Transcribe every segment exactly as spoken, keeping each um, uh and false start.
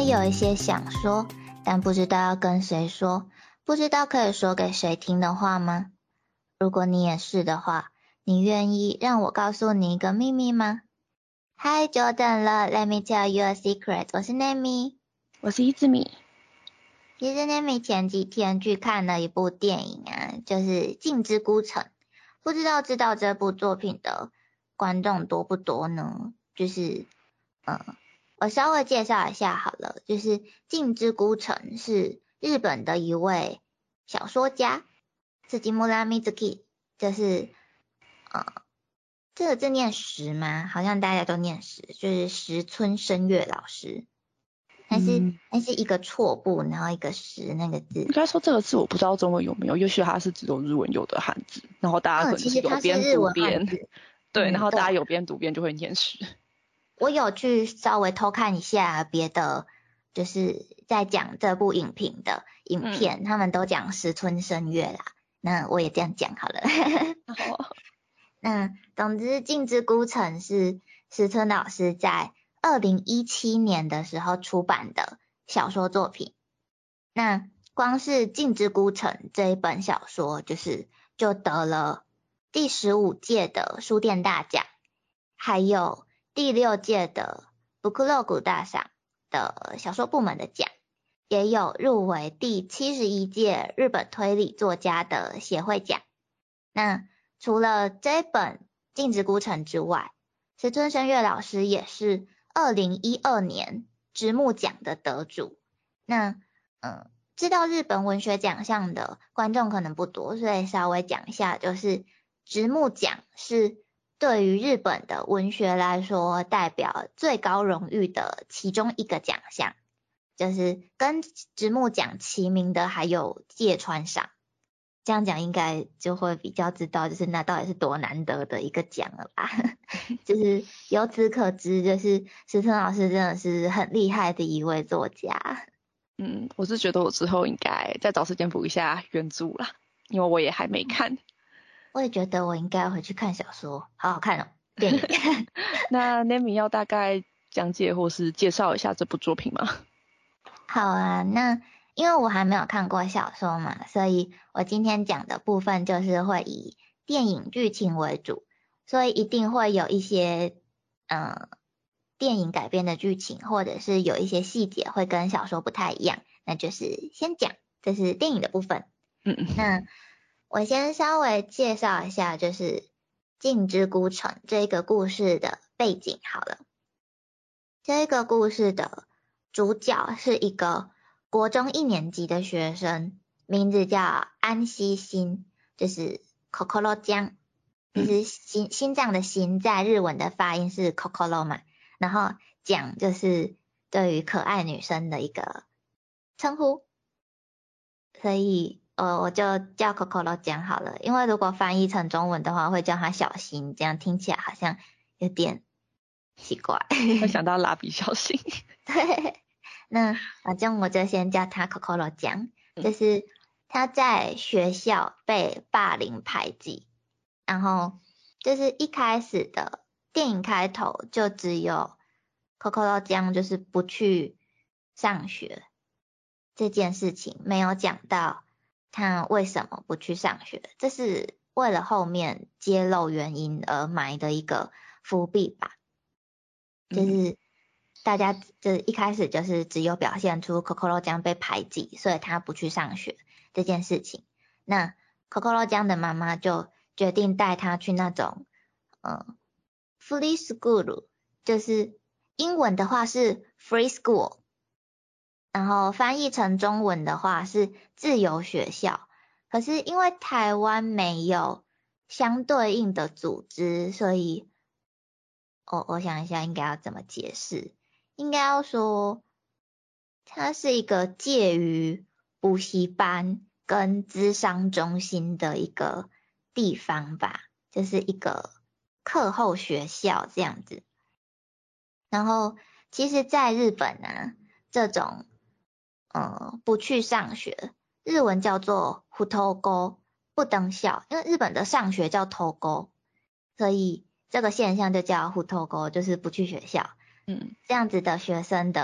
也有一些想说，但不知道要跟谁说，不知道可以说给谁听的话吗？如果你也是的话，你愿意让我告诉你一个秘密吗？嗨，久等了 ，Let me tell you a secret， 我是 Nami， 我是一只米。 其实 Nami 前几天去看了一部电影啊，就是《镜之孤城》，不知道知道这部作品的观众多不多呢？就是，嗯，我稍微介绍一下好了，就是镜之孤城是日本的一位小说家，是吉木拉米兹基，就是呃，这个字念石吗？好像大家都念石，就是石村生月老师，还是、嗯、还是一个错部，然后一个石那个字。 应该说这个字我不知道中文有没有，也许它是只有日文有的汉字，然后大家可能是有边读边、嗯、对，然后大家有边读边就会念石。 我有去稍微偷看一下别的，就是在讲这部影评的影片，嗯、他们都讲石村生月啦，那我也这样讲好了。 好， 那总之，镜之孤城是石村老师在二零一七年的时候出版的小说作品。那光是镜之孤城这一本小说，就是就得了第十五届的书店大奖，还有第六届的ブクログ大赏的小说部门的奖，也有入围第七十一届日本推理作家的协会奖。那除了这本镜之孤城之外，石村生月老师也是二零一二年直木奖的得主。那嗯，知道日本文学奖项的观众可能不多，所以稍微讲一下，就是直木奖是对于日本的文学来说代表最高荣誉的其中一个奖项，就是跟直木奖齐名的还有芥川赏。这样讲应该就会比较知道，就是那到底是多难得的一个奖了吧。就是由此可知，就是石村老师真的是很厉害的一位作家。 嗯，我是觉得我之后应该再找时间补一下原著啦，因为我也还没看。 我也觉得我应该回去看小说，好好看哦，电影。 那 Nami 要大概讲解或是介绍一下这部作品吗？ 好啊，那因为我还没有看过小说嘛，所以我今天讲的部分就是会以电影剧情为主，所以一定会有一些呃电影改编的剧情，或者是有一些细节会跟小说不太一样，那就是先讲这是电影的部分。 嗯， 那我先稍微介绍一下就是镜之孤城这个故事的背景好了。这个故事的主角是一个国中一年级的学生，名字叫安西心，就是 Kokoro 江，就是心心脏的心，在日文的发音是 Kokoro 嘛，然后江就是对于可爱女生的一个称呼，所以呃我就叫 Kokoro 江好了，因为如果翻译成中文的话会叫她小心，这样听起来好像有点奇怪。 会想到蜡笔小新。 对，那反正我就先叫他 Kokoro 酱，就是他在学校被霸凌排挤，然后就是一开始的电影开头就只有 Kokoro 酱就是不去上学这件事情，没有讲到他为什么不去上学，这是为了后面揭露原因而埋的一个伏笔吧，就是大家就一开始就是只有表現出 Kokoro 醬被排擠，所以他不去上學這件事情。那 Kokoro 醬的媽媽就決定帶他去那種呃 free school， 就是英文的話是 free school， 然後翻譯成中文的話是自由學校。可是因為台灣沒有相對應的組織，所以我我想一下應該要怎麼解釋。應該要說它是一個介於補習班跟諮商中心的一個地方吧，就是一個課後學校這樣子。然後其實在日本啊，這種呃不去上學，日文叫做不登校，不登校，因為日本的上學叫登校，所以這個現象就叫不登校，就是不去學校。嗯，這樣子的學生的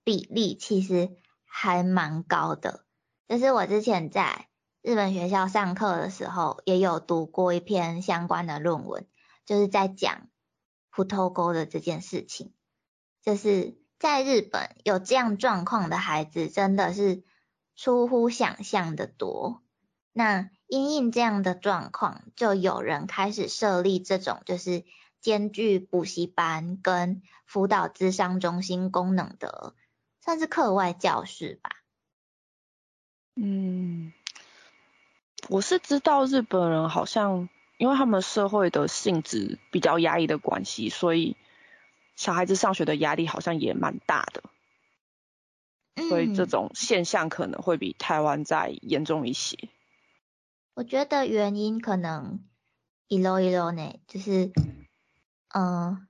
比例其实还蛮高的。就是我之前在日本学校上课的时候，也有读过一篇相关的论文，就是在讲普偷沟的这件事情。就是在日本有这样状况的孩子真的是出乎想象的多。那因应这样的状况，就有人开始设立这种就是兼具补习班跟辅导咨商中心功能的，算是课外教室吧。 嗯，我是知道日本人好像因为他们社会的性质比较压抑的关系，所以小孩子上学的压力好像也蛮大的。所以这种现象可能会比台湾再严重一些。 我觉得原因可能いろいろ呢，就是嗯，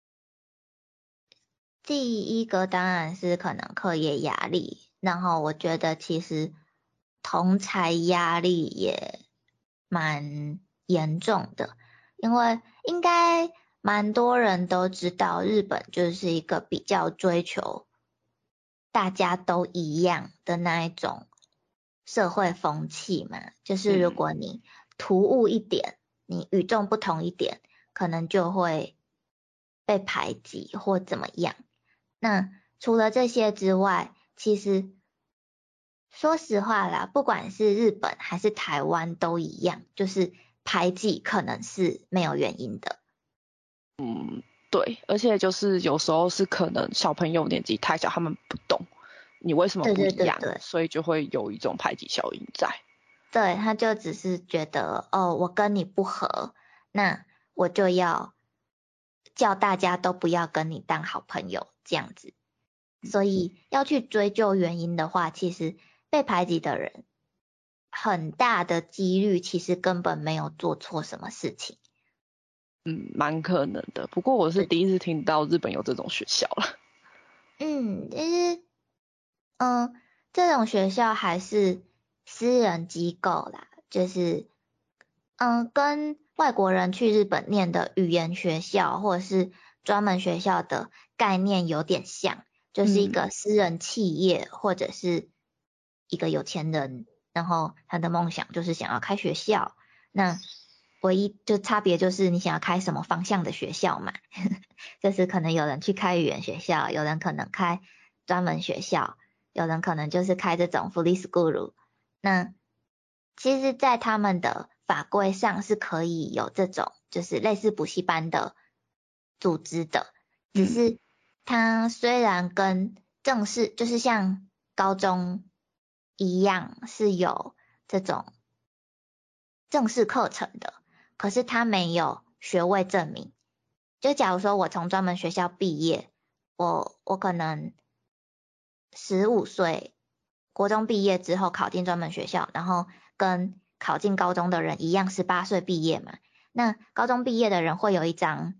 第一个当然是可能课业压力，然后我觉得其实同侪压力也蛮严重的，因为应该蛮多人都知道日本就是一个比较追求大家都一样的那一种社会风气嘛，就是如果你突兀一点，你与众不同一点，可能就会被排挤或怎么样。那除了这些之外，其实说实话啦，不管是日本还是台湾都一样，就是排挤可能是没有原因的。 嗯，对，而且就是有时候是可能小朋友年纪太小，他们不懂你为什么不一样， 对对对对， 所以就会有一种排挤效应在。 对，他就只是觉得哦，我跟你不合，那我就要叫大家都不要跟你当好朋友这样子。所以要去追究原因的话，其实被排挤的人很大的几率其实根本没有做错什么事情。 嗯，蛮可能的。不过我是第一次听到日本有这种学校了。 嗯，其实，嗯，这种学校还是私人机构啦，就是，嗯，跟外国人去日本念的语言学校或者是专门学校的概念有点像，就是一个私人企业或者是一个有钱人，然后他的梦想就是想要开学校，那唯一就差别就是你想要开什么方向的学校嘛，就是可能有人去开语言学校，有人可能开专门学校，有人可能就是开这种free school。那其实，在他们的法规上是可以有这种就是类似补习班的组织的，只是它虽然跟正式就是像高中一样是有这种正式课程的，可是它没有学位证明。就假如说我从专门学校毕业，我我可能十五岁，国中毕业之后考进专门学校，然后跟考进高中的人一样十八岁毕业嘛。那高中毕业的人会有一张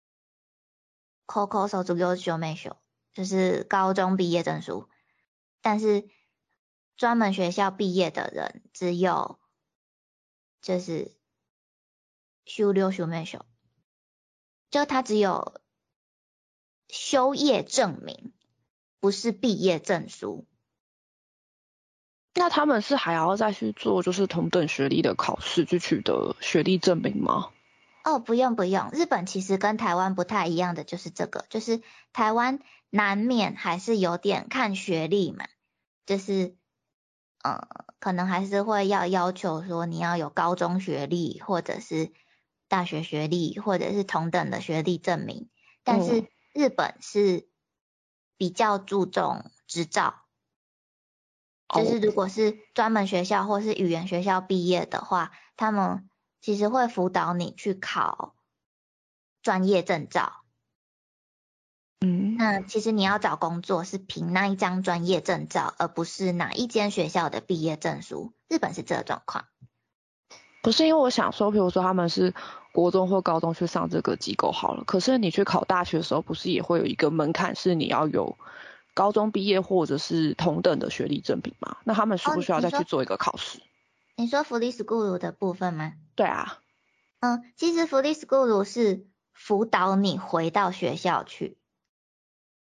Coco 手足优秀妹秀，就是高中毕业证书，但是专门学校毕业的人只有就是修六修妹秀，就他只有修业证明，不是毕业证书。 那他们是还要再去做就是同等学历的考试去取得学历证明吗？ 哦，不用不用，日本其实跟台湾不太一样的就是这个，就是台湾难免还是有点看学历嘛，就是呃，可能还是会要要求说你要有高中学历，或者是大学学历，或者是同等的学历证明。但是日本是比较注重执照，就是如果是专门学校或是语言学校毕业的话，他们其实会辅导你去考专业证照。 嗯， 那其实你要找工作是凭那一张专业证照，而不是哪一间学校的毕业证书。日本是这个状况。 不是，因为我想说，比如说他们是国中或高中去上这个机构好了，可是你去考大学的时候，不是也会有一个门槛，是你要有高中毕业或者是同等的学历证明吗？那他们需不需要再去做一个考试？ 哦、你说福利 school 的部分吗？ 对啊。 嗯，其实福利 school 是辅导你回到学校去，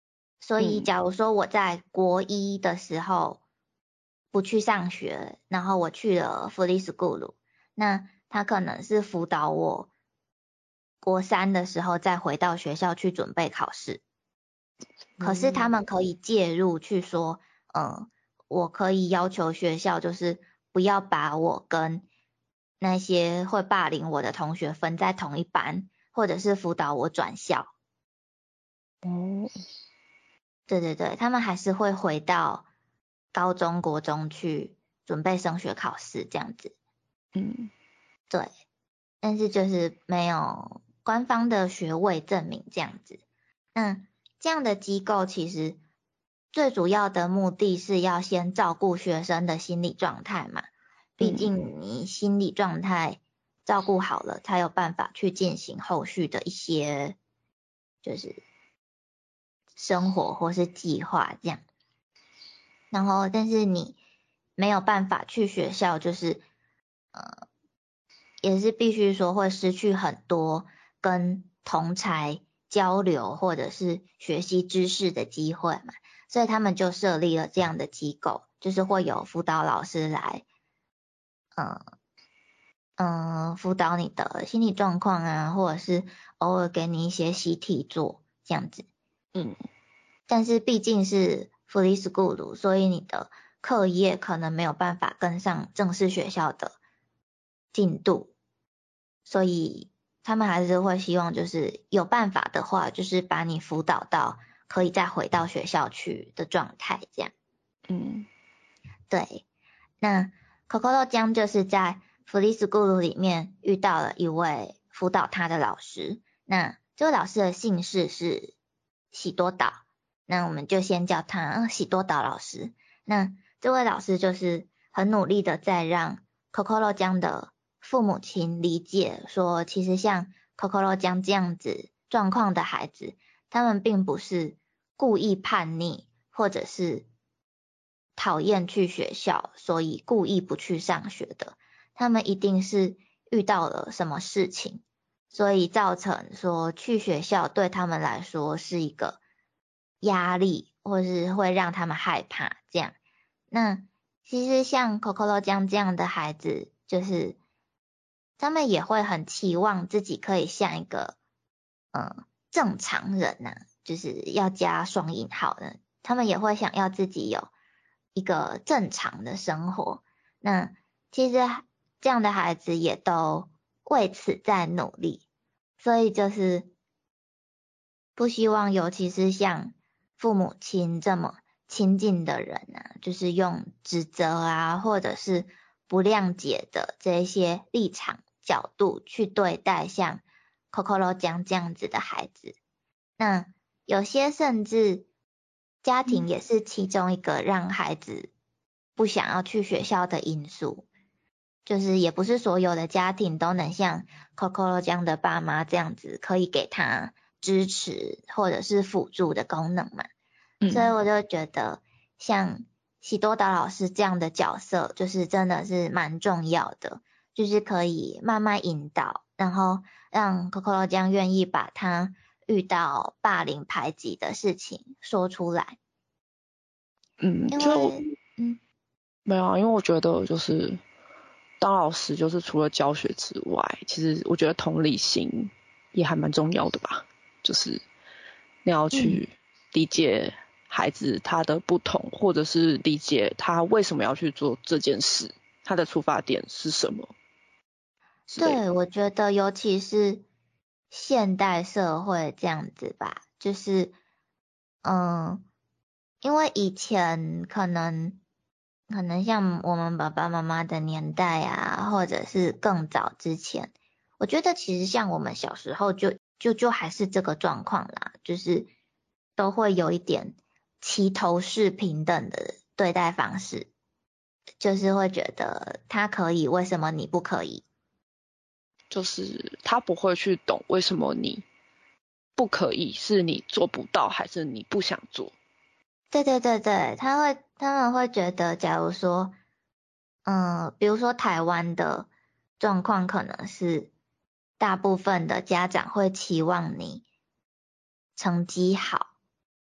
所以假如说我在国一的时候不去上学，然后我去了福利 school， 那他可能是辅导我国三的时候再回到学校去准备考试。可是他们可以介入去说，嗯，我可以要求学校就是不要把我跟那些会霸凌我的同学分在同一班，或者是辅导我转校。 哦， 对对对，他们还是会回到高中国中去准备升学考试这样子。 嗯， 对，但是就是没有官方的学位证明这样子。那这样的机构其实最主要的目的是要先照顾学生的心理状态嘛，毕竟你心理状态照顾好了，才有办法去进行后续的一些就是生活或是计划这样。然后但是你没有办法去学校，就是呃也是必须说会失去很多跟同侪交流或者是学习知识的机会嘛，所以他们就设立了这样的机构，就是会有辅导老师来，嗯嗯，辅导你的心理状况啊，或者是偶尔给你一些习题做这样子。 嗯， 但是毕竟是福利 school， 所以你的课业可能没有办法跟上正式学校的进度，所以他们还是会希望就是有办法的话，就是把你辅导到可以再回到学校去的状态这样。 嗯， 对，那 Kokoro 江就是在福利 school 里面遇到了一位辅导他的老师，那这位老师的姓氏是喜多岛，那我们就先叫他喜多岛老师。那这位老师就是很努力的在让 Kokoro 江的父母亲理解说，其实像 Kokoro 江这样子状况的孩子，他们并不是故意叛逆，或者是讨厌去学校，所以故意不去上学的。他们一定是遇到了什么事情，所以造成说去学校对他们来说是一个压力，或是会让他们害怕这样。那其实像 Kokoro 江这样的孩子，就是他们也会很期望自己可以像一个嗯正常人呐、啊，就是要加双引号的，他们也会想要自己有一个正常的生活。那其实这样的孩子也都为此在努力，所以就是不希望，尤其是像父母亲这么亲近的人啊，就是用指责啊，或者是不谅解的这一些立场角度去对待像 Kokoro 江这样子的孩子。那有些甚至家庭也是其中一个让孩子不想要去学校的因素，就是也不是所有的家庭都能像 Kokoro 江的爸妈这样子可以给他支持或者是辅助的功能嘛， 嗯， 所以我就觉得像喜多岛老师这样的角色就是真的是蛮重要的，就是可以慢慢引导，然后让 Kokoro 江愿意把他遇到霸凌排挤的事情说出来。 嗯， 因就为嗯没有啊，因为我觉得就是当老师，就是除了教学之外，其实我觉得同理心也还蛮重要的吧。就是你要去理解孩子他的不同，或者是理解他为什么要去做这件事，他的出发点是什么之类的。 对，我觉得尤其是现代社会这样子吧，就是嗯，因为以前可能可能像我们爸爸妈妈的年代啊，或者是更早之前，我觉得其实像我们小时候就就就还是这个状况啦，就是都会有一点齐头式平等的对待方式，就是会觉得他可以，为什么你不可以？ 就是他不会去懂为什么你不可以，是你做不到还是你不想做。 对对对对，他会他们会觉得，假如说，嗯，比如说台湾的状况可能是大部分的家长会期望你成绩好，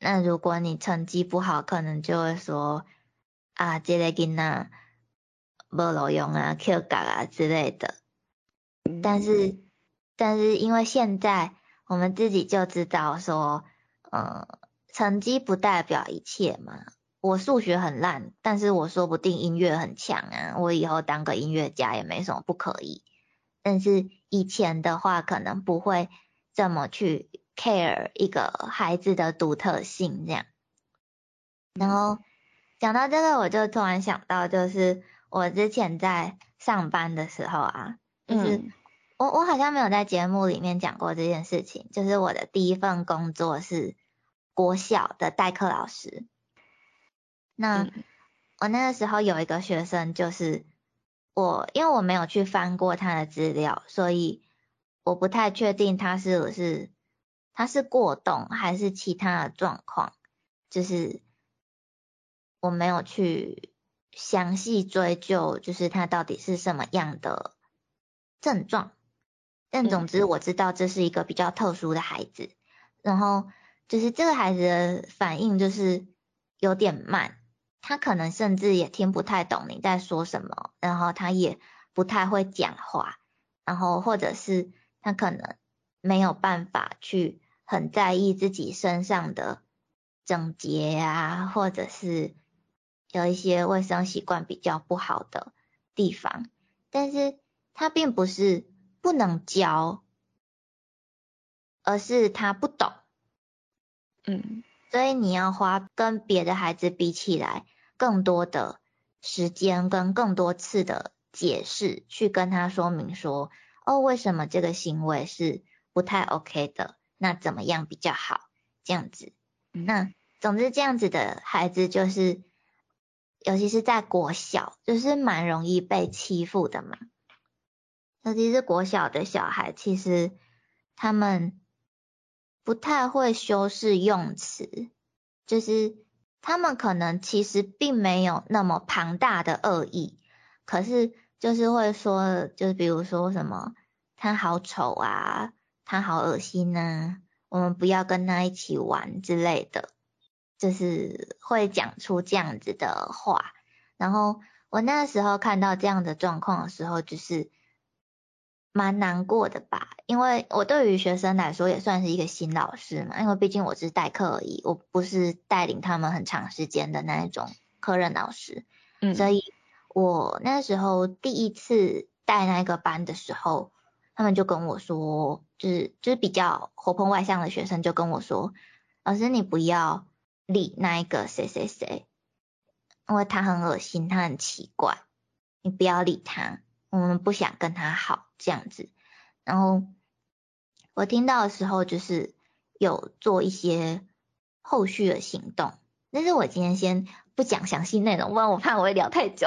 那如果你成绩不好，可能就会说啊，这个囡仔没路用啊，扣格啊之类的。但是，但是因为现在我们自己就知道说，呃，成绩不代表一切嘛。我数学很烂，但是我说不定音乐很强啊，我以后当个音乐家也没什么不可以。但是以前的话，可能不会这么去 care 一个孩子的独特性这样。然后讲到这个，我就突然想到，就是我之前在上班的时候啊，就是我我好像没有在节目里面讲过这件事情，就是我的第一份工作是国小的代课老师。那我那个时候有一个学生，就是我因为我没有去翻过他的资料，所以我不太确定他是不是他是过动还是其他的状况，就是我没有去详细追究，就是他到底是什么样的症状。但总之我知道这是一个比较特殊的孩子，然后就是这个孩子的反应就是有点慢，他可能甚至也听不太懂你在说什么，然后他也不太会讲话，然后或者是他可能没有办法去很在意自己身上的整洁啊，或者是有一些卫生习惯比较不好的地方，但是他并不是不能教，而是他不懂。 嗯， 所以你要花跟别的孩子比起来更多的时间跟更多次的解释，去跟他说明说，哦，为什么这个行为是不太 OK 的，那怎么样比较好，这样子。那总之这样子的孩子就是，尤其是在国小，就是蛮容易被欺负的嘛。尤其是国小的小孩，其实他们不太会修饰用词，就是他们可能其实并没有那么庞大的恶意，可是就是会说，就是比如说什么他好丑啊，他好恶心啊，我们不要跟他一起玩之类的，就是会讲出这样子的话。然后我那时候看到这样的状况的时候，就是蛮难过的吧，因为我对于学生来说也算是一个新老师嘛，因为毕竟我是代课而已，我不是带领他们很长时间的那一种科任老师，嗯，所以我那时候第一次带那个班的时候，他们就跟我说，就是就是比较活泼外向的学生就跟我说，老师你不要理那一个谁谁谁，因为他很恶心，他很奇怪，你不要理他，我们不想跟他好这样子。然后我听到的时候就是有做一些后续的行动，但是我今天先不讲详细内容，不然我怕我会聊太久。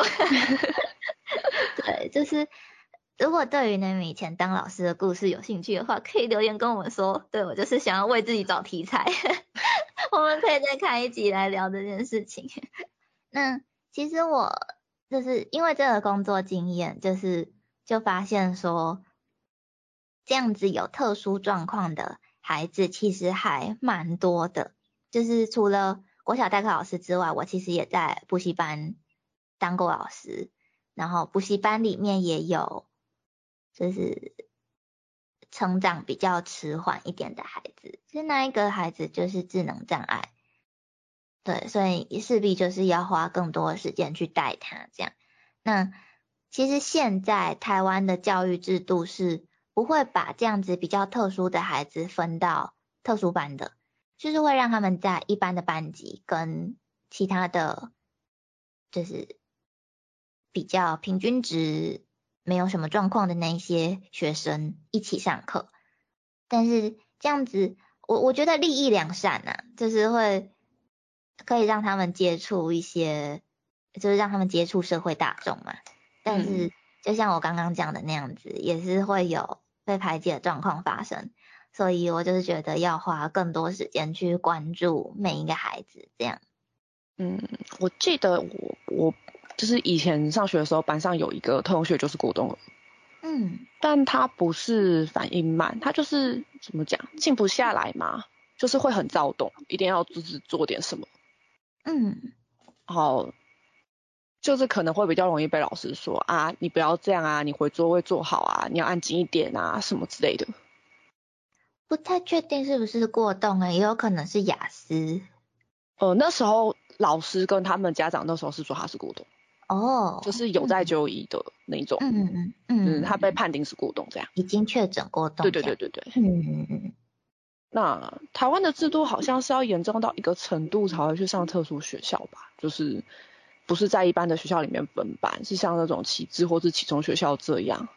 对，就是如果对于你们以前当老师的故事有兴趣的话，可以留言跟我们说。对，我就是想要为自己找题材，我们可以再开一集来聊这件事情。那其实我就是因为这个工作经验，就是就发现说，这样子有特殊状况的孩子其实还蛮多的。就是除了国小代课老师之外，我其实也在补习班当过老师，然后补习班里面也有就是成长比较迟缓一点的孩子，其实那一个孩子就是智能障碍。对，所以势必就是要花更多的时间去带他这样。那其实现在台湾的教育制度是不会把这样子比较特殊的孩子分到特殊班的，就是会让他们在一般的班级跟其他的就是比较平均值没有什么状况的那一些学生一起上课。但是这样子我我觉得立意良善啊，就是会可以让他们接触一些，就是让他们接触社会大众嘛。但是就像我刚刚讲的那样子，也是会有被排挤的状况发生。所以我就是觉得要花更多时间去关注每一个孩子这样。 嗯，我记得我我就是以前上学的时候，班上有一个同学就是过动儿。嗯，但他不是反应慢，他就是怎么讲，静不下来嘛。 就是会很躁动，一定要就是做点什么。 嗯， 好，就是可能会比较容易被老师说啊，你不要这样啊，你回座位坐好啊，你要安静一点啊，什么之类的。 不太确定是不是过动诶，也有可能是雅思。 呃，那时候老师跟他们家长那时候是说他是过动， 哦， 就是有在就医的那一种， 嗯嗯嗯， 就是他被判定是过动这样。 已经确诊过动对这样。 对对对对。 嗯嗯嗯。 那台湾的制度好像是要严重到一个程度才会去上特殊学校吧，就是不是在一般的学校里面分班，是像那种启智或是启聪学校这样。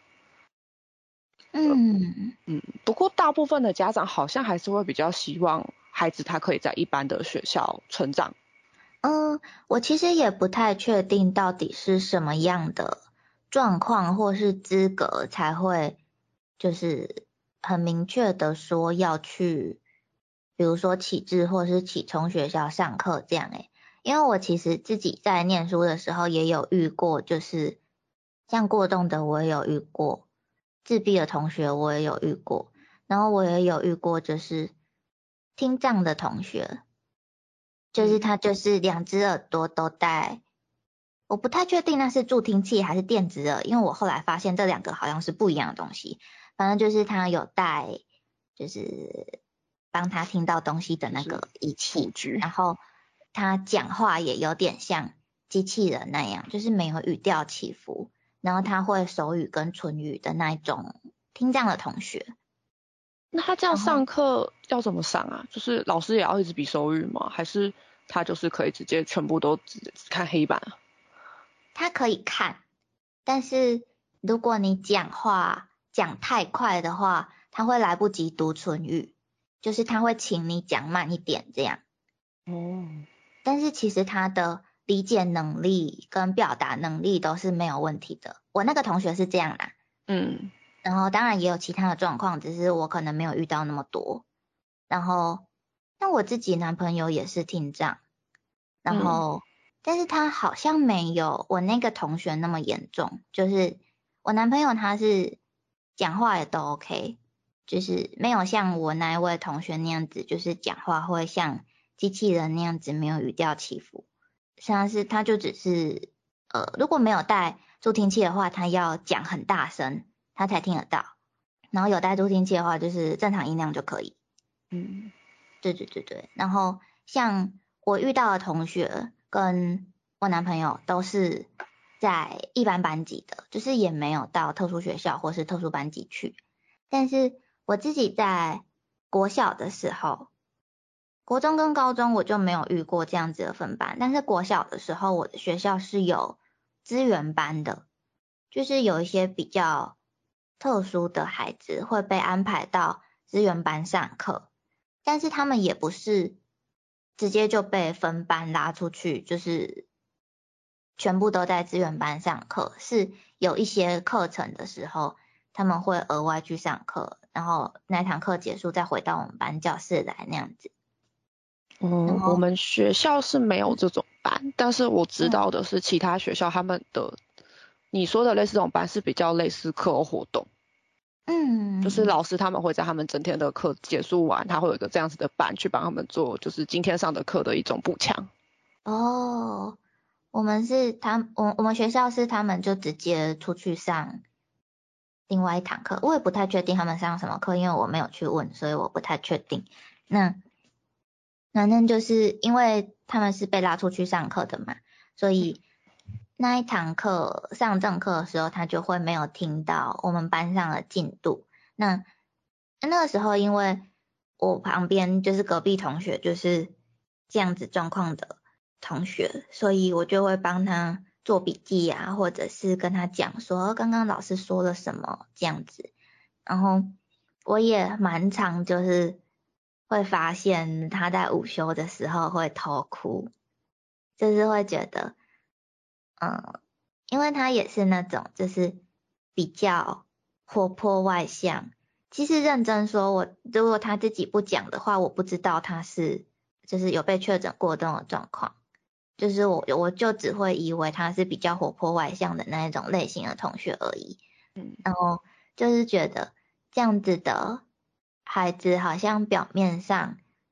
嗯嗯，不过大部分的家长好像还是会比较希望孩子他可以在一般的学校成长。 嗯，我其实也不太确定到底是什么样的状况或是资格才会就是很明确的说要去，比如说启智或是启聪学校上课这样诶，因为我其实自己在念书的时候也有遇过，就是像过动的我也有遇过，自闭的同学我也有遇过，然后我也有遇过就是听障的同学。就是他就是两只耳朵都戴，我不太确定那是助听器还是电子耳，因为我后来发现这两个好像是不一样的东西。反正就是他有戴，就是帮他听到东西的那个仪器，然后他讲话也有点像机器人那样，就是没有语调起伏，然后他会手语跟唇语的那一种听障的同学。 那他这样上课要怎么上啊？就是老师也要一直比手语吗？还是他就是可以直接全部都只只看黑板啊？ 他可以看，但是如果你讲话讲太快的话，他会来不及读唇语，就是他会请你讲慢一点这样。 哦。 但是其实他的理解能力跟表达能力都是没有问题的。我那个同学是这样啦， 嗯， 然后当然也有其他的状况，只是我可能没有遇到那么多。然后，那我自己男朋友也是听障，然后。但是他好像没有我那个同学那么严重，就是我男朋友他是讲话也都 OK， 就是没有像我那一位同学那样子，就是讲话会像机器人那样子没有语调起伏，像是他就只是呃如果没有带助听器的话，他要讲很大声，他才听得到，然后有带助听器的话，就是正常音量就可以。 嗯， 对对对对，然后像我遇到的同学跟我男朋友都是在一般班级的，就是也没有到特殊学校或是特殊班级去。但是我自己在国小的时候，国中跟高中我就没有遇过这样子的分班，但是国小的时候，我的学校是有资源班的，就是有一些比较特殊的孩子会被安排到资源班上课。但是他们也不是直接就被分班拉出去，就是全部都在资源班上课，是有一些课程的时候，他们会额外去上课，然后那堂课结束再回到我们班教室来那样子。 嗯，我们学校是没有这种班，但是我知道的是其他学校他们的，你说的类似这种班是比较类似课后活动。 嗯， 就是老师他们会在他们整天的课结束完，他会有一个这样子的班去帮他们做，就是今天上的课的一种补强。 哦，我们是他，我我们学校是他们就直接出去上另外一堂课，我也不太确定他们上什么课，因为我没有去问，所以我不太确定。那反正就是因为他们是被拉出去上课的嘛，所以那一堂课上正课的时候，他就会没有听到我们班上的进度。那那个时候，因为我旁边就是隔壁同学就是这样子状况的同学，所以我就会帮他做笔记啊，或者是跟他讲说刚刚老师说了什么这样子。然后我也蛮常就是会发现他在午休的时候会偷哭，就是会觉得，嗯，因为他也是那种就是比较活泼外向。其实认真说我，如果他自己不讲的话，我不知道他是就是有被确诊过动的状况。就是我我就只会以为他是比较活泼外向的那一种类型的同学而已。 嗯， 然后就是觉得这样子的孩子好像表面上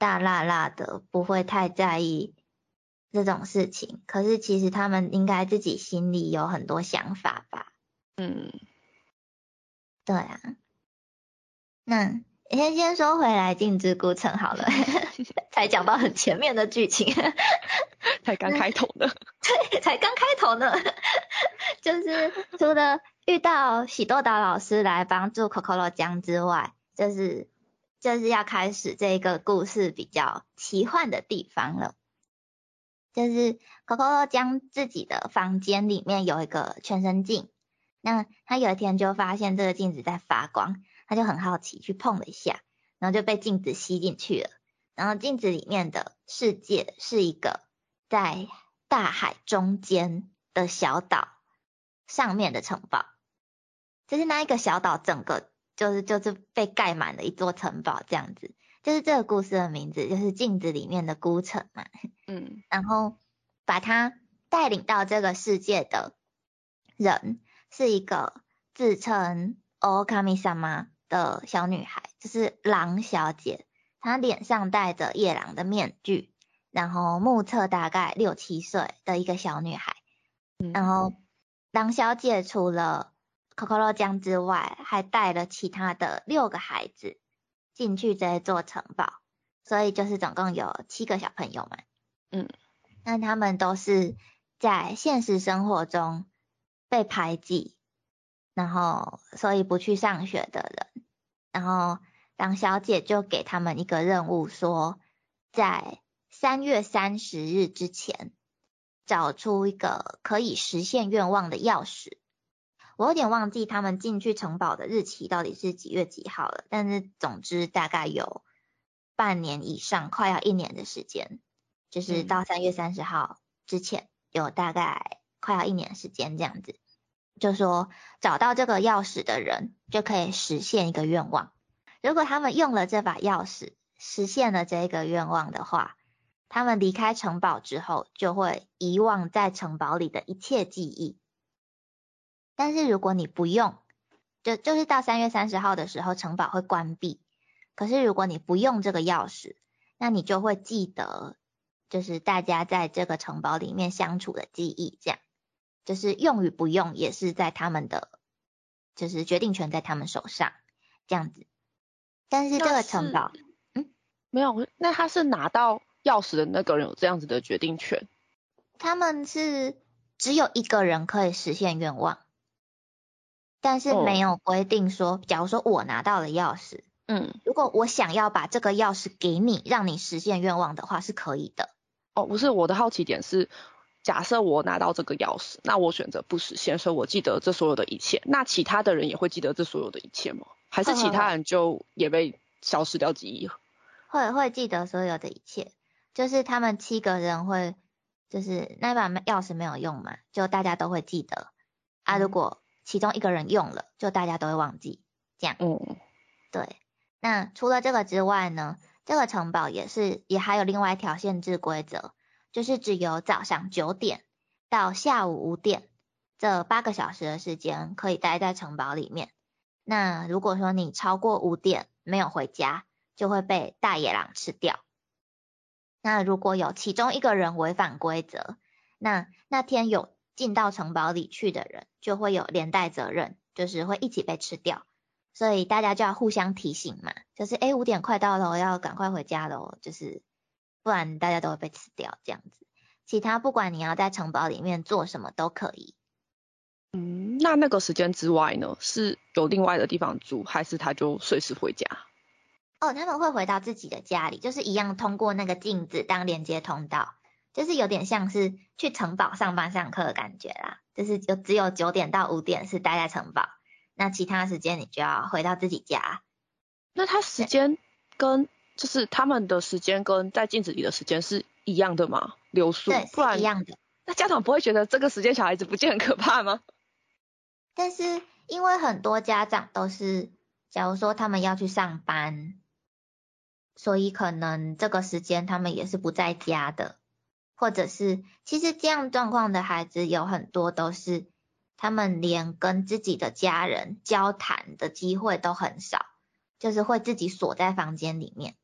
大辣辣的，不会太在意这种事情，可是其实他们应该自己心里有很多想法吧。 嗯， 对啊。那先先说回来镜之孤城好了，才讲到很前面的剧情， 才刚开头呢。 对，才刚开头呢。就是除了遇到喜多岛老师来帮助 Kokoro 江之外，就是就是要开始这个故事比较奇幻的地方了。就是 Kokoro 江自己的房间里面有一个全身镜，那他有一天就发现这个镜子在发光，他就很好奇去碰了一下，然后就被镜子吸进去了。然后镜子里面的世界是一个在大海中间的小岛上面的城堡，就是那一个小岛整个就是就是被盖满了一座城堡这样子，就是这个故事的名字就是镜子里面的孤城嘛。 嗯， 然后把他带领到这个世界的人是一个自称 Okami sama 的小女孩，就是狼小姐，她脸上戴着夜郎的面具，然后目测大概六七岁的一个小女孩。然后狼小姐除了 Kokoro 江之外，还带了其他的六个孩子进去这座城堡，所以就是总共有七个小朋友嘛。 嗯， 那他们都是在现实生活中被排挤，然后所以不去上学的人。然后狼小姐就给他们一个任务，说在三月三十日之前找出一个可以实现愿望的钥匙。我有点忘记他们进去城堡的日期到底是几月几号了，但是总之大概有半年以上，快要一年的时间，就是到三月三十号之前有大概快要一年时间这样子。就说找到这个钥匙的人就可以实现一个愿望，如果他们用了这把钥匙实现了这个愿望的话，他们离开城堡之后就会遗忘在城堡里的一切记忆。但是如果你不用，就就是到三月三十号的时候城堡会关闭，可是如果你不用这个钥匙，那你就会记得就是大家在这个城堡里面相处的记忆，这样就是用与不用也是在他们的就是决定权在他们手上这样子。但是这个城堡嗯没有，那他是拿到钥匙的那个人有这样子的决定权？ 他们是只有一个人可以实现愿望，但是没有规定说，假如说我拿到了钥匙，嗯，如果我想要把这个钥匙给你，让你实现愿望的话，是可以的。 哦，不是，我的好奇点是，假设我拿到这个钥匙，那我选择不实现，所以我记得这所有的一切，那其他的人也会记得这所有的一切吗？还是其他人就也被消失掉记忆？ 会会记得所有的一切，就是他们七个人会，就是那把钥匙没有用嘛，就大家都会记得啊。如果其中一个人用了，就大家都会忘记，这样。嗯，对。那除了这个之外呢，这个城堡也是也还有另外一条限制规则，就是只有早上九点到下午五点这八个小时的时间可以待在城堡里面。那如果说你超过五点没有回家，就会被大野狼吃掉。那如果有其中一个人违反规则，那那天有进到城堡里去的人就会有连带责任，就是会一起被吃掉。所以大家就要互相提醒嘛，就是诶五点快到了，要赶快回家咯，就是不然大家都会被吃掉这样子。其他不管你要在城堡里面做什么都可以。 嗯，那那个时间之外呢，是有另外的地方住，还是他就随时回家？ 哦，他们会回到自己的家里，就是一样通过那个镜子当连接通道，就是有点像是去城堡上班上课的感觉啦，就是就只有九点到五点是待在城堡，那其他时间你就要回到自己家。 那他时间跟就是他们的时间跟在镜子里的时间是一样的吗？流速？ 对， 不然是一样的。 那家长不会觉得这个时间小孩子不见很可怕吗？ 但是因为很多家长都是，假如说他们要去上班，所以可能这个时间他们也是不在家的，或者是其实这样状况的孩子有很多都是他们连跟自己的家人交谈的机会都很少，就是会自己锁在房间里面，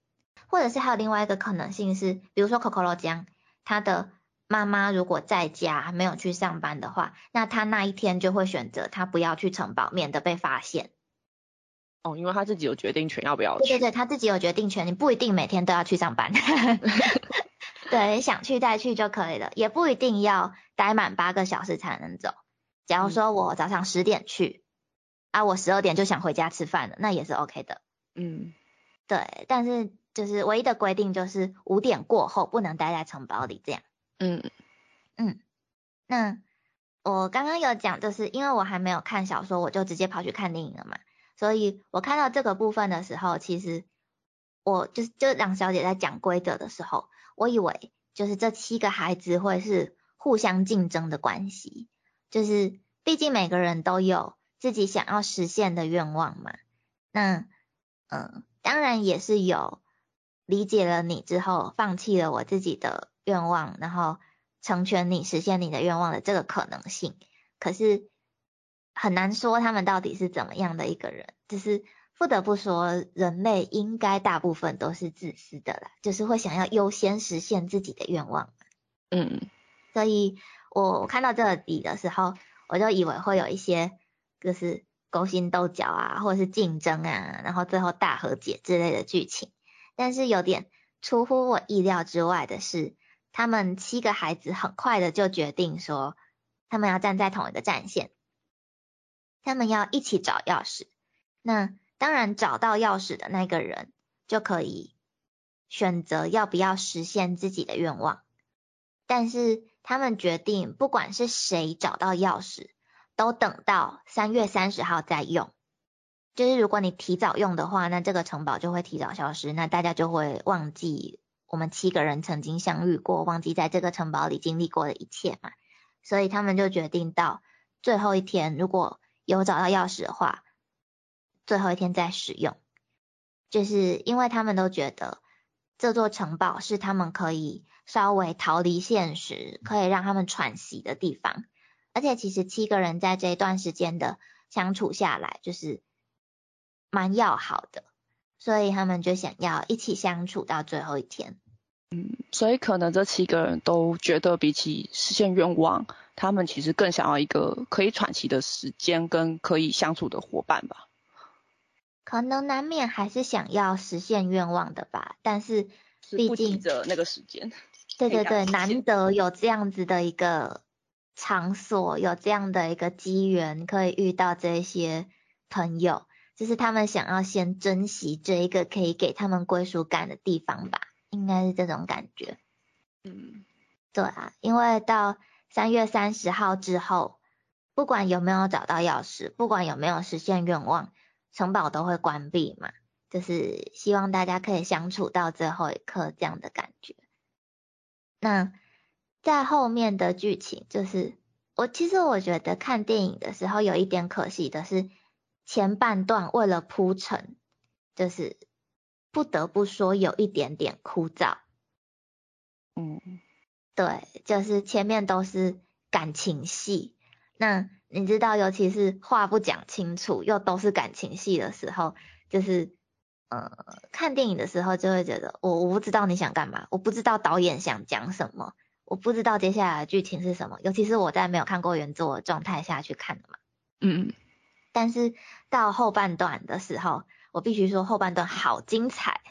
或者是还有另外一个可能性是，比如说 Kokoro 江，他的妈妈如果在家没有去上班的话，那他那一天就会选择他不要去城堡，免得被发现。 哦，因为他自己有决定权要不要去。 对对对，他自己有决定权，你不一定每天都要去上班。对，想去再去就可以了，也不一定要待满八个小时才能走。假如说我早上十点去，嗯、啊，我十二点就想回家吃饭了，那也是 OK 的。 嗯， 对，但是就是唯一的规定就是五点过后不能待在城堡里这样。 嗯嗯，那我刚刚有讲，就是因为我还没有看小说，我就直接跑去看电影了嘛，所以我看到这个部分的时候，其实我就是就让小姐在讲规则的时候，我以为就是这七个孩子会是互相竞争的关系，就是毕竟每个人都有自己想要实现的愿望嘛。那嗯，当然也是有理解了你之后，放弃了我自己的愿望，然后成全你实现你的愿望的这个可能性。可是很难说他们到底是怎么样的一个人，就是不得不说，人类应该大部分都是自私的啦，就是会想要优先实现自己的愿望。 嗯， 所以我看到这个底的时候，我就以为会有一些就是勾心斗角啊，或者是竞争啊，然后最后大和解之类的剧情。但是有点出乎我意料之外的是，他们七个孩子很快的就决定说，他们要站在同一个战线，他们要一起找钥匙。那当然找到钥匙的那个人就可以选择要不要实现自己的愿望。但是他们决定，不管是谁找到钥匙，都等到三月三十号再用。就是如果你提早用的话，那这个城堡就会提早消失，那大家就会忘记我们七个人曾经相遇过，忘记在这个城堡里经历过的一切嘛。所以他们就决定到最后一天，如果有找到钥匙的话，最后一天再使用。就是因为他们都觉得这座城堡是他们可以稍微逃离现实，可以让他们喘息的地方。而且其实七个人在这一段时间的相处下来，就是蛮要好的，所以他们就想要一起相处到最后一天。 嗯，所以可能这七个人都觉得比起实现愿望，他们其实更想要一个可以喘息的时间跟可以相处的伙伴吧。 可能难免还是想要实现愿望的吧，但是毕竟是不急着那个时间。 对对对，难得有这样子的一个场所，有这样的一个机缘，可以遇到这些朋友，就是他们想要先珍惜这一个可以给他们归属感的地方吧，应该是这种感觉。 嗯， 对啊，因为到三月三十号之后，不管有没有找到钥匙，不管有没有实现愿望，城堡都会关闭嘛，就是希望大家可以相处到最后一刻这样的感觉。那在后面的剧情，就是我其实我觉得看电影的时候有一点可惜的是，前半段为了铺陈，就是不得不说有一点点枯燥。 嗯， 对，就是前面都是感情戏，那你知道，尤其是话不讲清楚，又都是感情戏的时候，就是呃，看电影的时候就会觉得，我我不知道你想干嘛，我不知道导演想讲什么，我不知道接下来的剧情是什么，尤其是我在没有看过原作的状态下去看的嘛。 嗯， 但是到后半段的时候，我必须说后半段好精彩，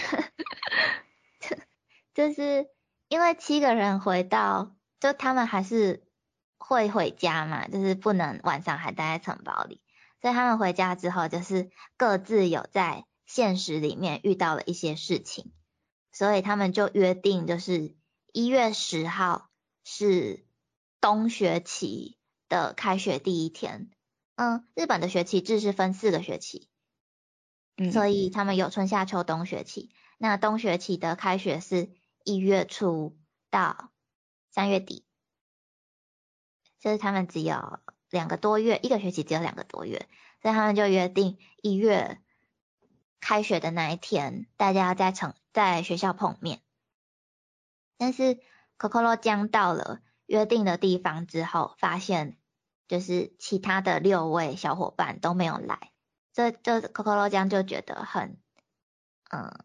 就是因为七个人回到，就他们还是会回家嘛，就是不能晚上还待在城堡里，所以他们回家之后，就是各自有在现实里面遇到了一些事情，所以他们就约定，就是一月十号是冬学期的开学第一天。嗯，日本的学期制是分四个学期，所以他们有春夏秋冬学期。那冬学期的开学是一月初到三月底，就是他们只有两个多月，一个学期只有两个多月，所以他们就约定一月开学的那一天，大家在城在学校碰面。但是 Kokoro 江到了约定的地方之后，发现就是其他的六位小伙伴都没有来，这这 Kokoro 江就觉得很，嗯，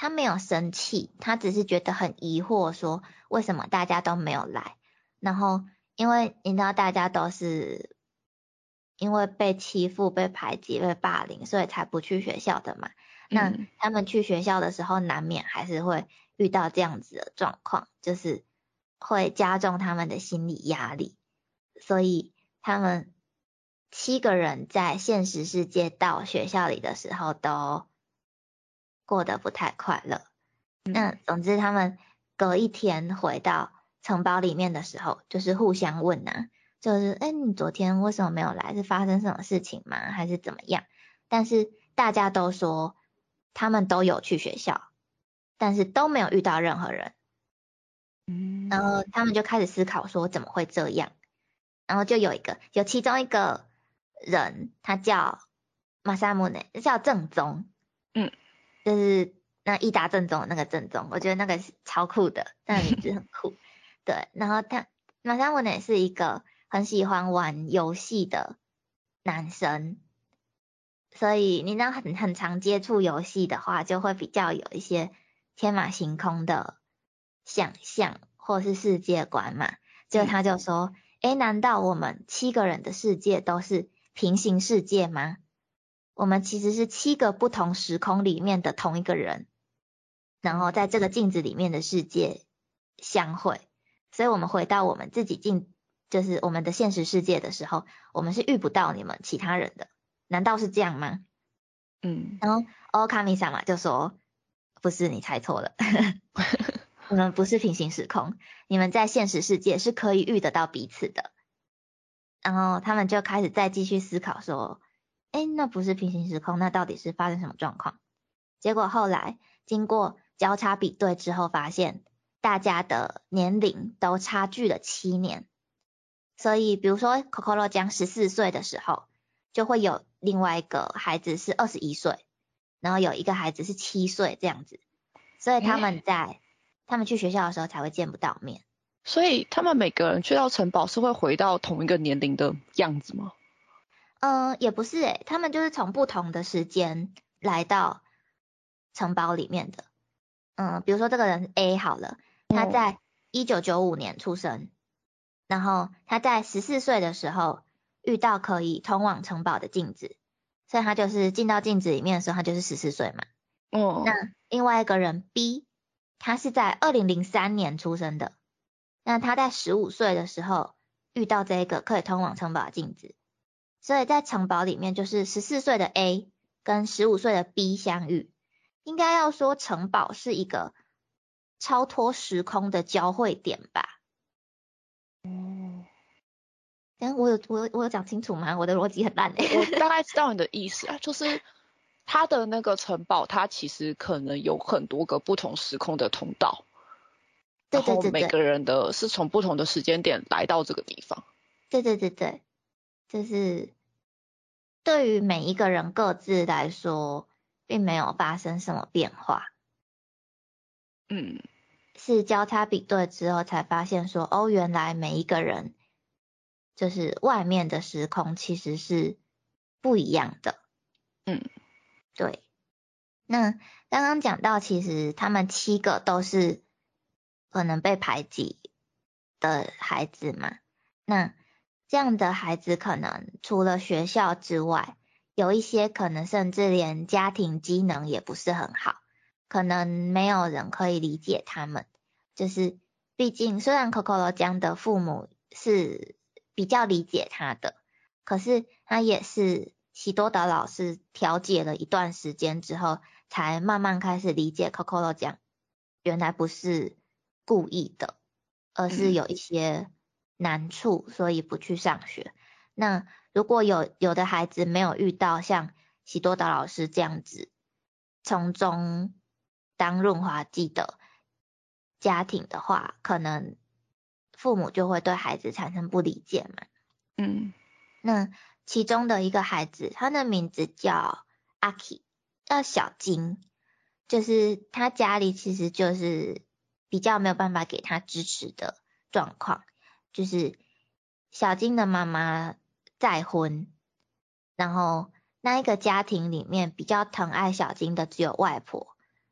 他没有生气，他只是觉得很疑惑，说为什么大家都没有来。然后因为你知道大家都是因为被欺负、被排挤、被霸凌，所以才不去学校的嘛。那嗯他们去学校的时候，难免还是会遇到这样子的状况，就是会加重他们的心理压力。所以他们七个人在现实世界到学校里的时候都过得不太快乐。那总之他们隔一天回到城堡里面的时候，就是互相问啊，就是哎，你昨天为什么没有来？是发生什么事情吗？还是怎么样？但是大家都说他们都有去学校，但是都没有遇到任何人。 嗯， 然后他们就开始思考说怎么会这样？然后就有一个有其中一个人，他叫马萨姆内，叫正宗， 嗯， 就是那伊达正宗的那个正宗，我觉得那个是超酷的，那个名字很酷。对，然后他马萨姆内是一个很喜欢玩游戏的男生，所以你知道很很常接触游戏的话，就会比较有一些天马行空的想象或是世界观嘛。就他就说，诶，难道我们七个人的世界都是平行世界吗？我们其实是七个不同时空里面的同一个人，然后在这个镜子里面的世界相会，所以我们回到我们自己镜，就是我们的现实世界的时候，我们是遇不到你们其他人的，难道是这样吗？ 嗯， 然后欧卡米萨玛就说，不是，你猜错了。你们不是平行时空，你们在现实世界是可以遇得到彼此的。然后他们就开始再继续思考说，诶，那不是平行时空，那到底是发生什么状况？结果后来经过交叉比对之后，发现大家的年龄都差距了七年。所以比如说 Kokoro 将十四岁的时候，就会有另外一个孩子是二十一岁，然后有一个孩子是七岁这样子。所以他们在他们去学校的时候才会见不到面。 所以他们每个人去到城堡是会回到同一个年龄的样子吗？ 嗯，也不是诶，他们就是从不同的时间来到城堡里面的。嗯，比如说这个人 A 好了，他在一九九五年出生，然后他在十四岁的时候遇到可以通往城堡的镜子，所以他就是进到镜子里面的时候，他就是十四岁嘛。 哦， 那另外一个人 B，他是在二零零三年出生的，那他在十五岁的时候遇到这个可以通往城堡的镜子，所以在城堡里面就是十四岁的 A 跟十五岁的 B 相遇。应该要说城堡是一个超脱时空的交汇点吧。 哦， 但我有我有我有讲清楚吗？我的逻辑很烂诶、 我大概知道你的意思啊，就是他的那个城堡，它其实可能有很多个不同时空的通道， 对然后对对对每个人的是从不同的时间点来到这个地方。 对对对对，就是对于每一个人各自来说，并没有发生什么变化。 嗯， 是交叉比对之后才发现说，哦，原来每一个人就是外面的时空其实是不一样的。 嗯， 对。那刚刚讲到，其实他们七个都是可能被排挤的孩子嘛。那这样的孩子可能除了学校之外，有一些可能甚至连家庭机能也不是很好，可能没有人可以理解他们。就是毕竟虽然 Kokoro 江的父母是比较理解他的，可是他也是喜多岛老师调解了一段时间之后，才慢慢开始理解 Kokoro 江原来不是故意的，而是有一些难处，所以不去上学。那如果有有的孩子没有遇到像喜多岛老师这样子从中当润滑剂的家庭的话，可能父母就会对孩子产生不理解嘛。 嗯， 那其中的一个孩子，他的名字叫阿 K， 叫小金，就是他家里其实就是比较没有办法给他支持的状况，就是小金的妈妈再婚，然后那一个家庭里面比较疼爱小金的只有外婆，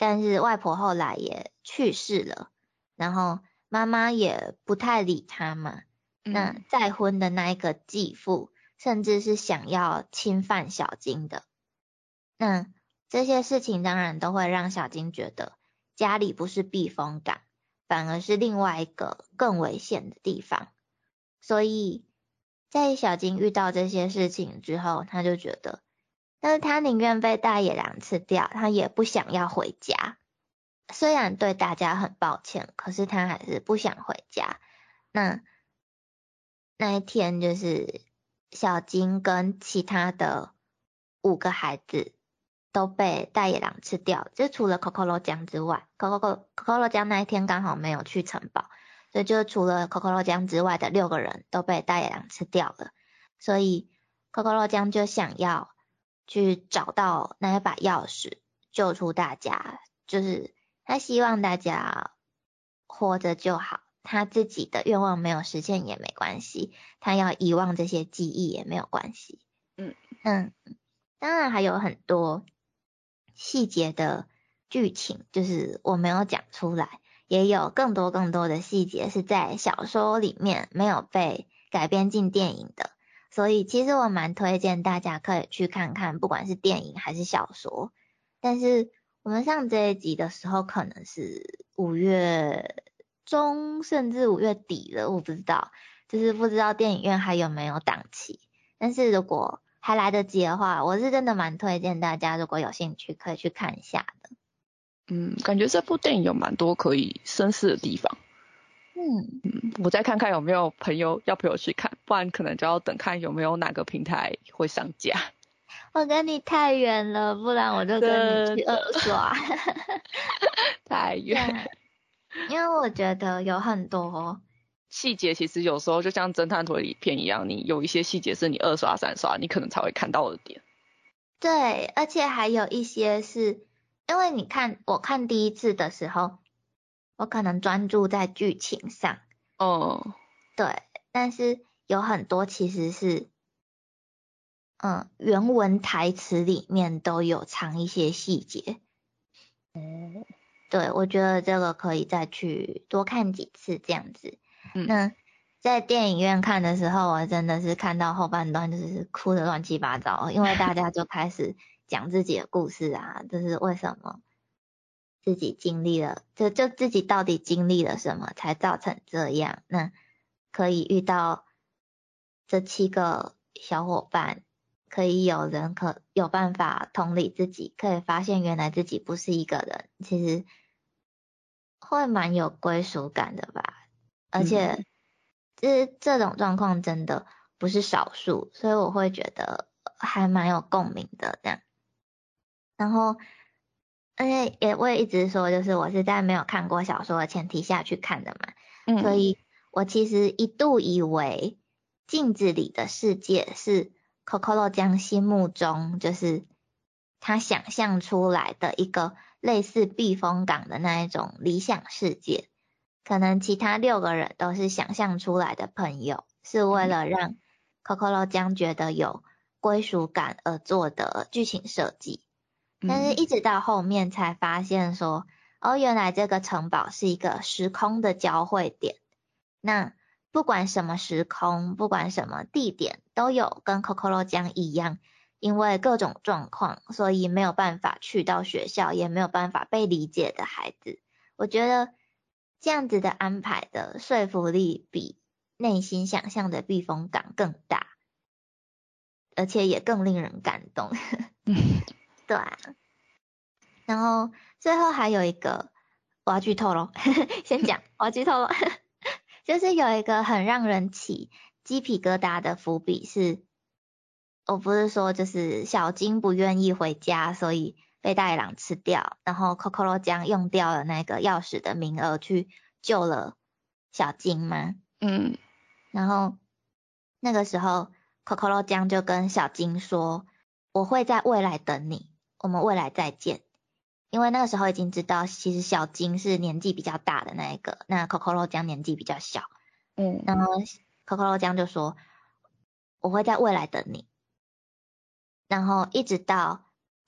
但是外婆后来也去世了，然后妈妈也不太理她嘛。 嗯那再婚的那一个继父，甚至是想要侵犯小金的。那这些事情当然都会让小金觉得家里不是避风港，反而是另外一个更危险的地方。所以在小金遇到这些事情之后，他就觉得，但是他宁愿被大野狼吃掉，他也不想要回家。虽然对大家很抱歉，可是他还是不想回家。那那一天就是小金跟其他的五个孩子都被大野狼吃掉，就除了 Kokoro 江之外 ，Kokoro Kokoro 江那一天刚好没有去城堡，所以就除了 Kokoro 江之外的六个人都被大野狼吃掉了。所以 Kokoro 江就想要去找到那一把钥匙，救出大家，就是他希望大家活着就好。他自己的愿望没有实现也没关系，他要遗忘这些记忆也没有关系。 嗯嗯，当然还有很多细节的剧情，就是我没有讲出来，也有更多更多的细节是在小说里面没有被改编进电影的，所以其实我蛮推荐大家可以去看看，不管是电影还是小说。但是我们上这一集的时候可能是五月中甚至五月底了，我不知道，就是不知道电影院还有没有档期。但是如果还来得及的话，我是真的蛮推荐大家，如果有兴趣可以去看一下的。 嗯，感觉这部电影有蛮多可以深思的地方。 嗯嗯，我再看看有没有朋友要陪我去看，不然可能就要等看有没有哪个平台会上架。 我跟你太远了，不然我就跟你去二刷。 太远。 因为我觉得有很多细节，其实有时候就像侦探推理片一样，你有一些细节是你二刷三刷你可能才会看到的点。 对，而且还有一些是因为你看我看第一次的时候，我可能专注在剧情上， 嗯， 对，但是有很多其实是嗯原文台词里面都有藏一些细节。 哦， 对，我觉得这个可以再去多看几次这样子。 嗯， 那在电影院看的时候，我真的是看到后半段就是哭得乱七八糟，因为大家就开始讲自己的故事啊，就是为什么自己经历了，就就自己到底经历了什么才造成这样，那可以遇到这七个小伙伴，可以有人可有办法同理自己，可以发现原来自己不是一个人，其实会蛮有归属感的吧。而且这这种状况真的不是少数，所以我会觉得还蛮有共鸣的这样。然后，而且也我也一直说，就是我是在没有看过小说的前提下去看的嘛， 嗯， 所以我其实一度以为镜子里的世界是 Kokoro 江心目中就是他想象出来的一个类似避风港的那一种理想世界，可能其他六个人都是想象出来的朋友，是为了让 Kokoro 江觉得有归属感而做的剧情设计。但是一直到后面才发现说，哦，原来这个城堡是一个时空的交汇点。那不管什么时空，不管什么地点，都有跟 Kokoro 江一样，因为各种状况，所以没有办法去到学校，也没有办法被理解的孩子。我觉得这样子的安排的说服力比内心想象的避风港更大，而且也更令人感动。对啊，然后最后还有一个，我要剧透咯，先讲，我要剧透咯，就是有一个很让人起鸡皮疙瘩的伏笔是，我不是说就是小金不愿意回家，所以被大野狼吃掉，然后 Kokoro 江用掉了那个钥匙的名额去救了小金吗？ 嗯， 然后那个时候 Kokoro 江就跟小金说，我会在未来等你，我们未来再见。因为那个时候已经知道，其实小金是年纪比较大的那一个，那 Kokoro 江年纪比较小。 嗯， 然后 Kokoro 江就说，我会在未来等你。然后一直到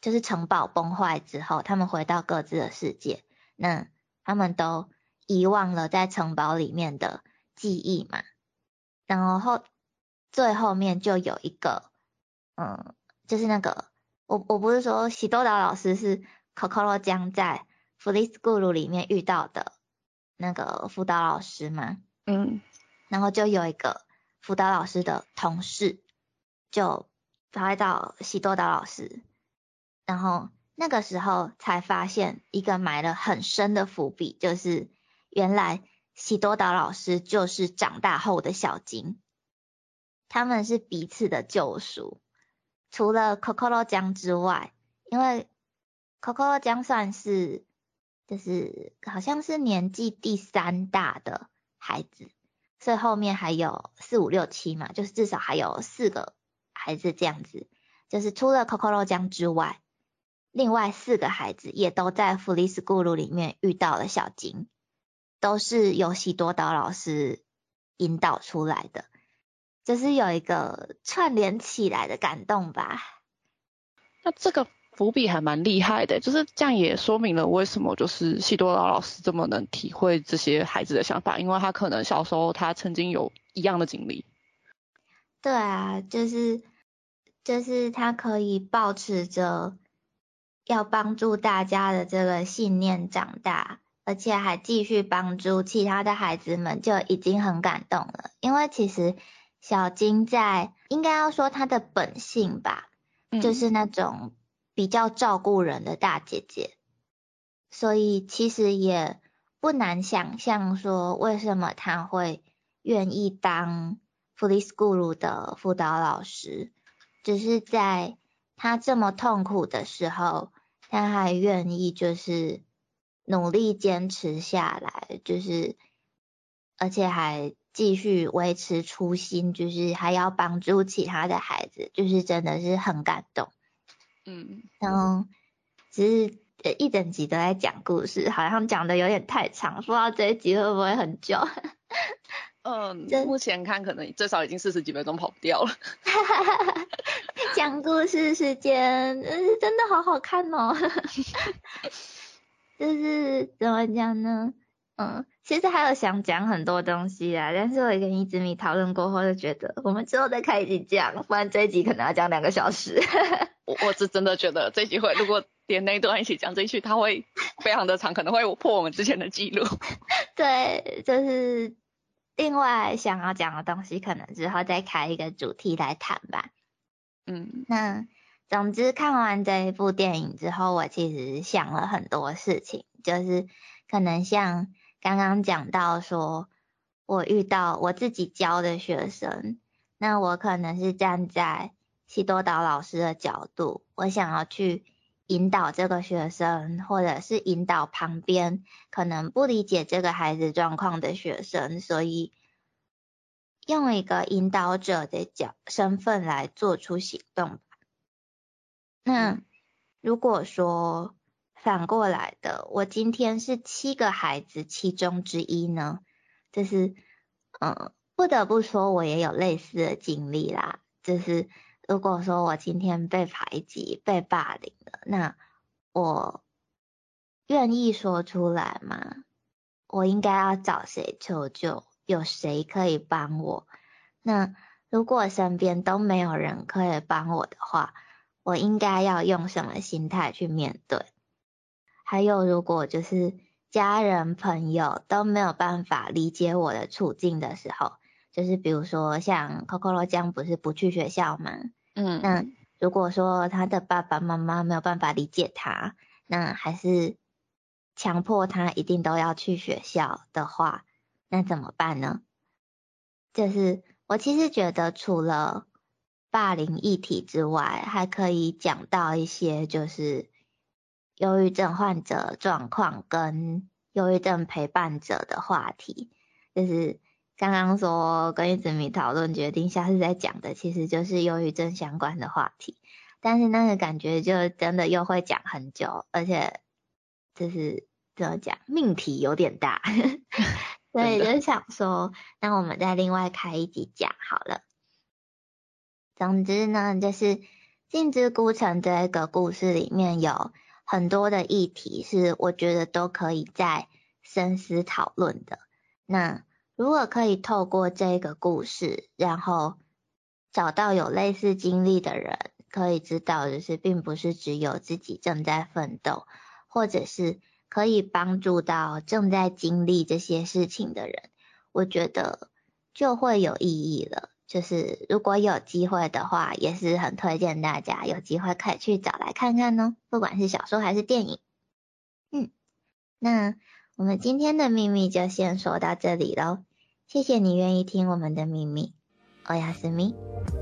就是城堡崩坏之后，他们回到各自的世界，那他们都遗忘了在城堡里面的记忆嘛，然后最后面就有一个，嗯，就是那个我我不是说喜多岛老师是 Kokoro 江在 Free School 里面遇到的那个辅导老师吗？ 嗯， 然后就有一个辅导老师的同事就拍到喜多岛老师，然后那个时候才发现一个埋了很深的伏笔，就是原来喜多岛老师就是长大后的小金，他们是彼此的救赎。除了 Kokoro 江之外，因为 Kokoro 江算是就是好像是年纪第三大的孩子，所以后面还有四五六七嘛，就是至少还有四个孩子这样子。就是除了 Kokoro 江之外，另外四个孩子也都在 Free School 里面遇到了小金，都是由喜多岛老师引导出来的，就是有一个串联起来的感动吧。 那这个伏笔还蛮厉害的，就是这样也说明了为什么就是喜多岛老师这么能体会这些孩子的想法，因为他可能小时候他曾经有一样的经历。 对啊，就是就是他可以抱持着要帮助大家的这个信念长大，而且还继续帮助其他的孩子们，就已经很感动了。因为其实小金在应该要说她的本性吧， 嗯， 就是那种比较照顾人的大姐姐，所以其实也不难想象说为什么她会愿意当 Free School 的辅导老师，只是在她这么痛苦的时候，她还愿意就是努力坚持下来，就是而且还继续维持初心，就是还要帮助其他的孩子，就是真的是很感动。 嗯， 然后只是呃一整集都在讲故事，好像讲的有点太长，不知道这一集会不会很久。 嗯， 这目前看可能最少已经四十几分钟跑不掉了。 讲故事时间，嗯，真的好好看哦。就是怎么讲呢？嗯，其实还有想讲很多东西啊，但是我跟一直米讨论过后，就觉得我们之后再开一集讲，不然这一集可能要讲两个小时。 我我是真的觉得这一集会，如果连那一段一起讲这一句，它会非常的长，可能会破我们之前的记录。 对，就是另外想要讲的东西，可能之后再开一个主题来谈吧。 嗯， 那总之看完这一部电影之后，我其实想了很多事情，就是可能像刚刚讲到说，我遇到我自己教的学生，那我可能是站在喜多岛老师的角度，我想要去引导这个学生，或者是引导旁边可能不理解这个孩子状况的学生，所以用一个引导者的角身份来做出行动。那如果说反过来的，我今天是七个孩子其中之一呢，就是嗯，不得不说我也有类似的经历啦。就是如果说我今天被排挤、被霸凌了，那我愿意说出来吗？我应该要找谁求救？有谁可以帮我？那如果身边都没有人可以帮我的话，我应该要用什么心态去面对？还有，如果就是家人朋友都没有办法理解我的处境的时候，就是比如说像 Kokoro 酱不是不去学校吗？ 嗯， 那如果说他的爸爸妈妈没有办法理解他，那还是强迫他一定都要去学校的话，那怎么办呢？就是我其实觉得除了霸凌议题之外，还可以讲到一些就是忧郁症患者状况跟忧郁症陪伴者的话题。就是刚刚说跟一直米讨论决定下次再讲的，其实就是忧郁症相关的话题。但是那个感觉就真的又会讲很久，而且就是怎么讲，命题有点大。所以就想说，那我们再另外开一集讲好了。总之呢，就是镜之孤城这个故事里面有很多的议题是我觉得都可以再深思讨论的。那如果可以透过这个故事，然后找到有类似经历的人，可以知道就是并不是只有自己正在奋斗，或者是可以帮助到正在经历这些事情的人，我觉得就会有意义了。就是如果有机会的话，也是很推荐大家有机会可以去找来看看哦，不管是小说还是电影。嗯，那我们今天的秘密就先说到这里咯，谢谢你愿意听我们的秘密，おやすみ。